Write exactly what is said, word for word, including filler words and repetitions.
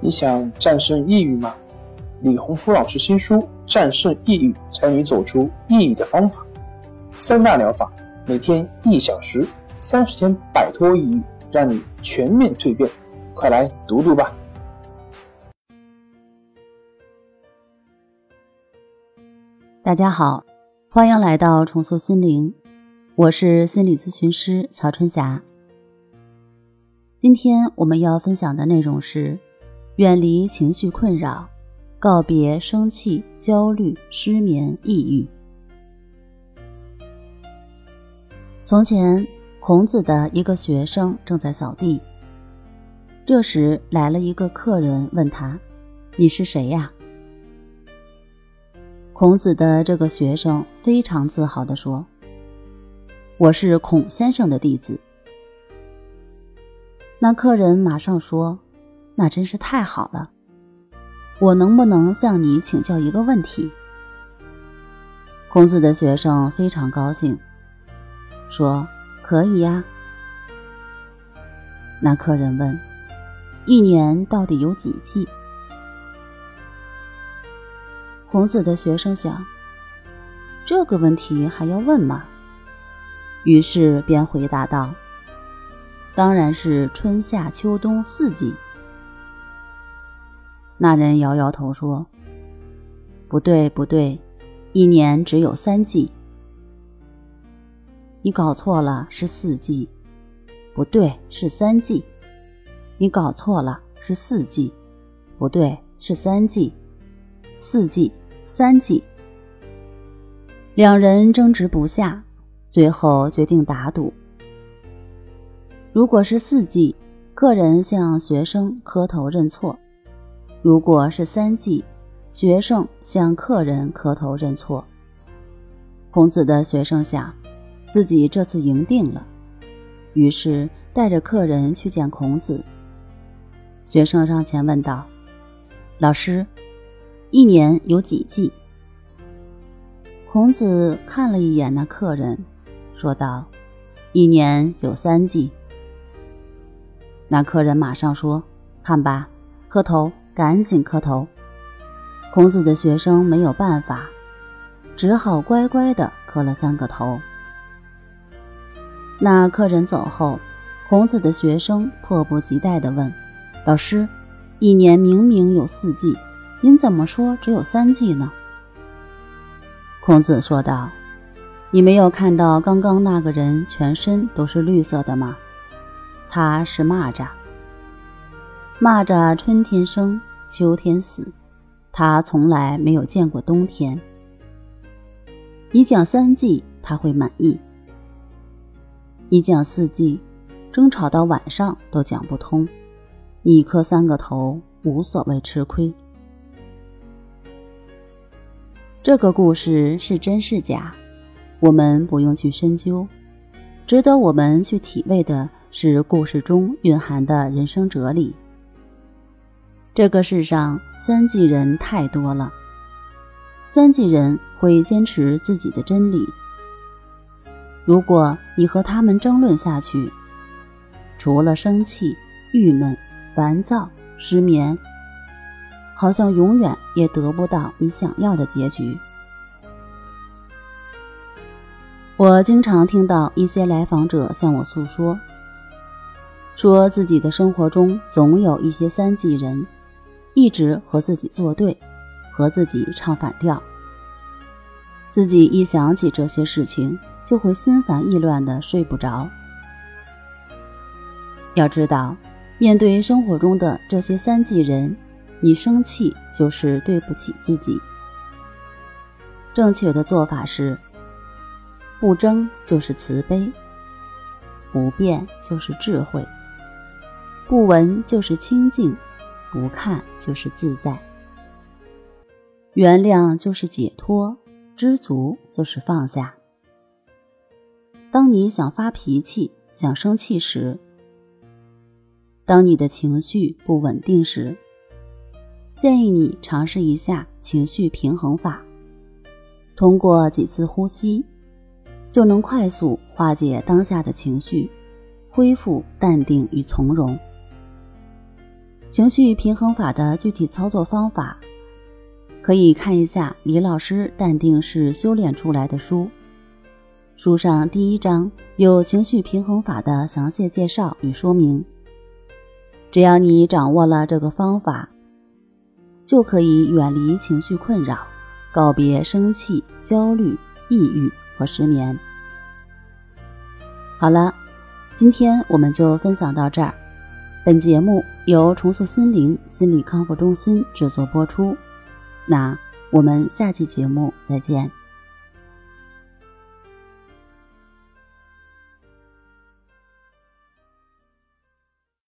你想战胜抑郁吗？李洪福老师新书《战胜抑郁，教你走出抑郁的方法》，三大疗法，每天一小时，三十天摆脱抑郁，让你全面蜕变。快来读读吧。 大家好，欢迎来到重塑心灵，我是心理咨询师曹春霞。今天我们要分享的内容是远离情绪困扰，告别生气、焦虑、失眠、抑郁。从前，孔子的一个学生正在扫地，这时来了一个客人问他：你是谁呀？孔子的这个学生非常自豪地说：我是孔先生的弟子。那客人马上说：那真是太好了，我能不能向你请教一个问题？孔子的学生非常高兴，说：可以呀。那客人问：一年到底有几季？孔子的学生想，这个问题还要问吗？于是便回答道：当然是春夏秋冬四季。那人摇摇头说：不对不对，一年只有三季。你搞错了，是四季。不对，是三季。你搞错了，是四季。不对，是三季。四季，三季。两人争执不下，最后决定打赌。如果是四季，客人向学生磕头认错；如果是三季，学生向客人磕头认错。孔子的学生想，自己这次赢定了，于是带着客人去见孔子。学生上前问道：老师，一年有几季？孔子看了一眼那客人，说道：一年有三季。那客人马上说：看吧，磕头，赶紧磕头。孔子的学生没有办法，只好乖乖地磕了三个头。那客人走后，孔子的学生迫不及待地问：老师，一年明明有四季，您怎么说只有三季呢？孔子说道：你没有看到刚刚那个人全身都是绿色的吗？他是蚂蚱。蚂蚱春天生，秋天死，他从来没有见过冬天。你讲三季，他会满意；你讲四季，争吵到晚上都讲不通。你磕三个头，无所谓吃亏。这个故事是真是假，我们不用去深究，值得我们去体味的是故事中蕴含的人生哲理。这个世上三季人太多了，三季人会坚持自己的真理。如果你和他们争论下去，除了生气、郁闷、烦躁、失眠，好像永远也得不到你想要的结局。我经常听到一些来访者向我诉说，说自己的生活中总有一些三季人，一直和自己作对，和自己唱反调。自己一想起这些事情，就会心烦意乱的睡不着。要知道，面对生活中的这些三季人，你生气就是对不起自己。正确的做法是，不争就是慈悲，不变就是智慧，不闻就是清净，不看就是自在。原谅就是解脱，知足就是放下。当你想发脾气、想生气时，当你的情绪不稳定时，建议你尝试一下情绪平衡法。通过几次呼吸，就能快速化解当下的情绪，恢复淡定与从容。 情绪平衡法的具体操作方法，可以看一下李老师淡定是修炼出来的书，书上第一章有情绪平衡法的详细介绍与说明。只要你掌握了这个方法，就可以远离情绪困扰，告别生气、焦虑、抑郁和失眠。好了，今天我们就分享到这儿。本节目由重塑心灵心理康复中心制作播出。那我们下期节目再见。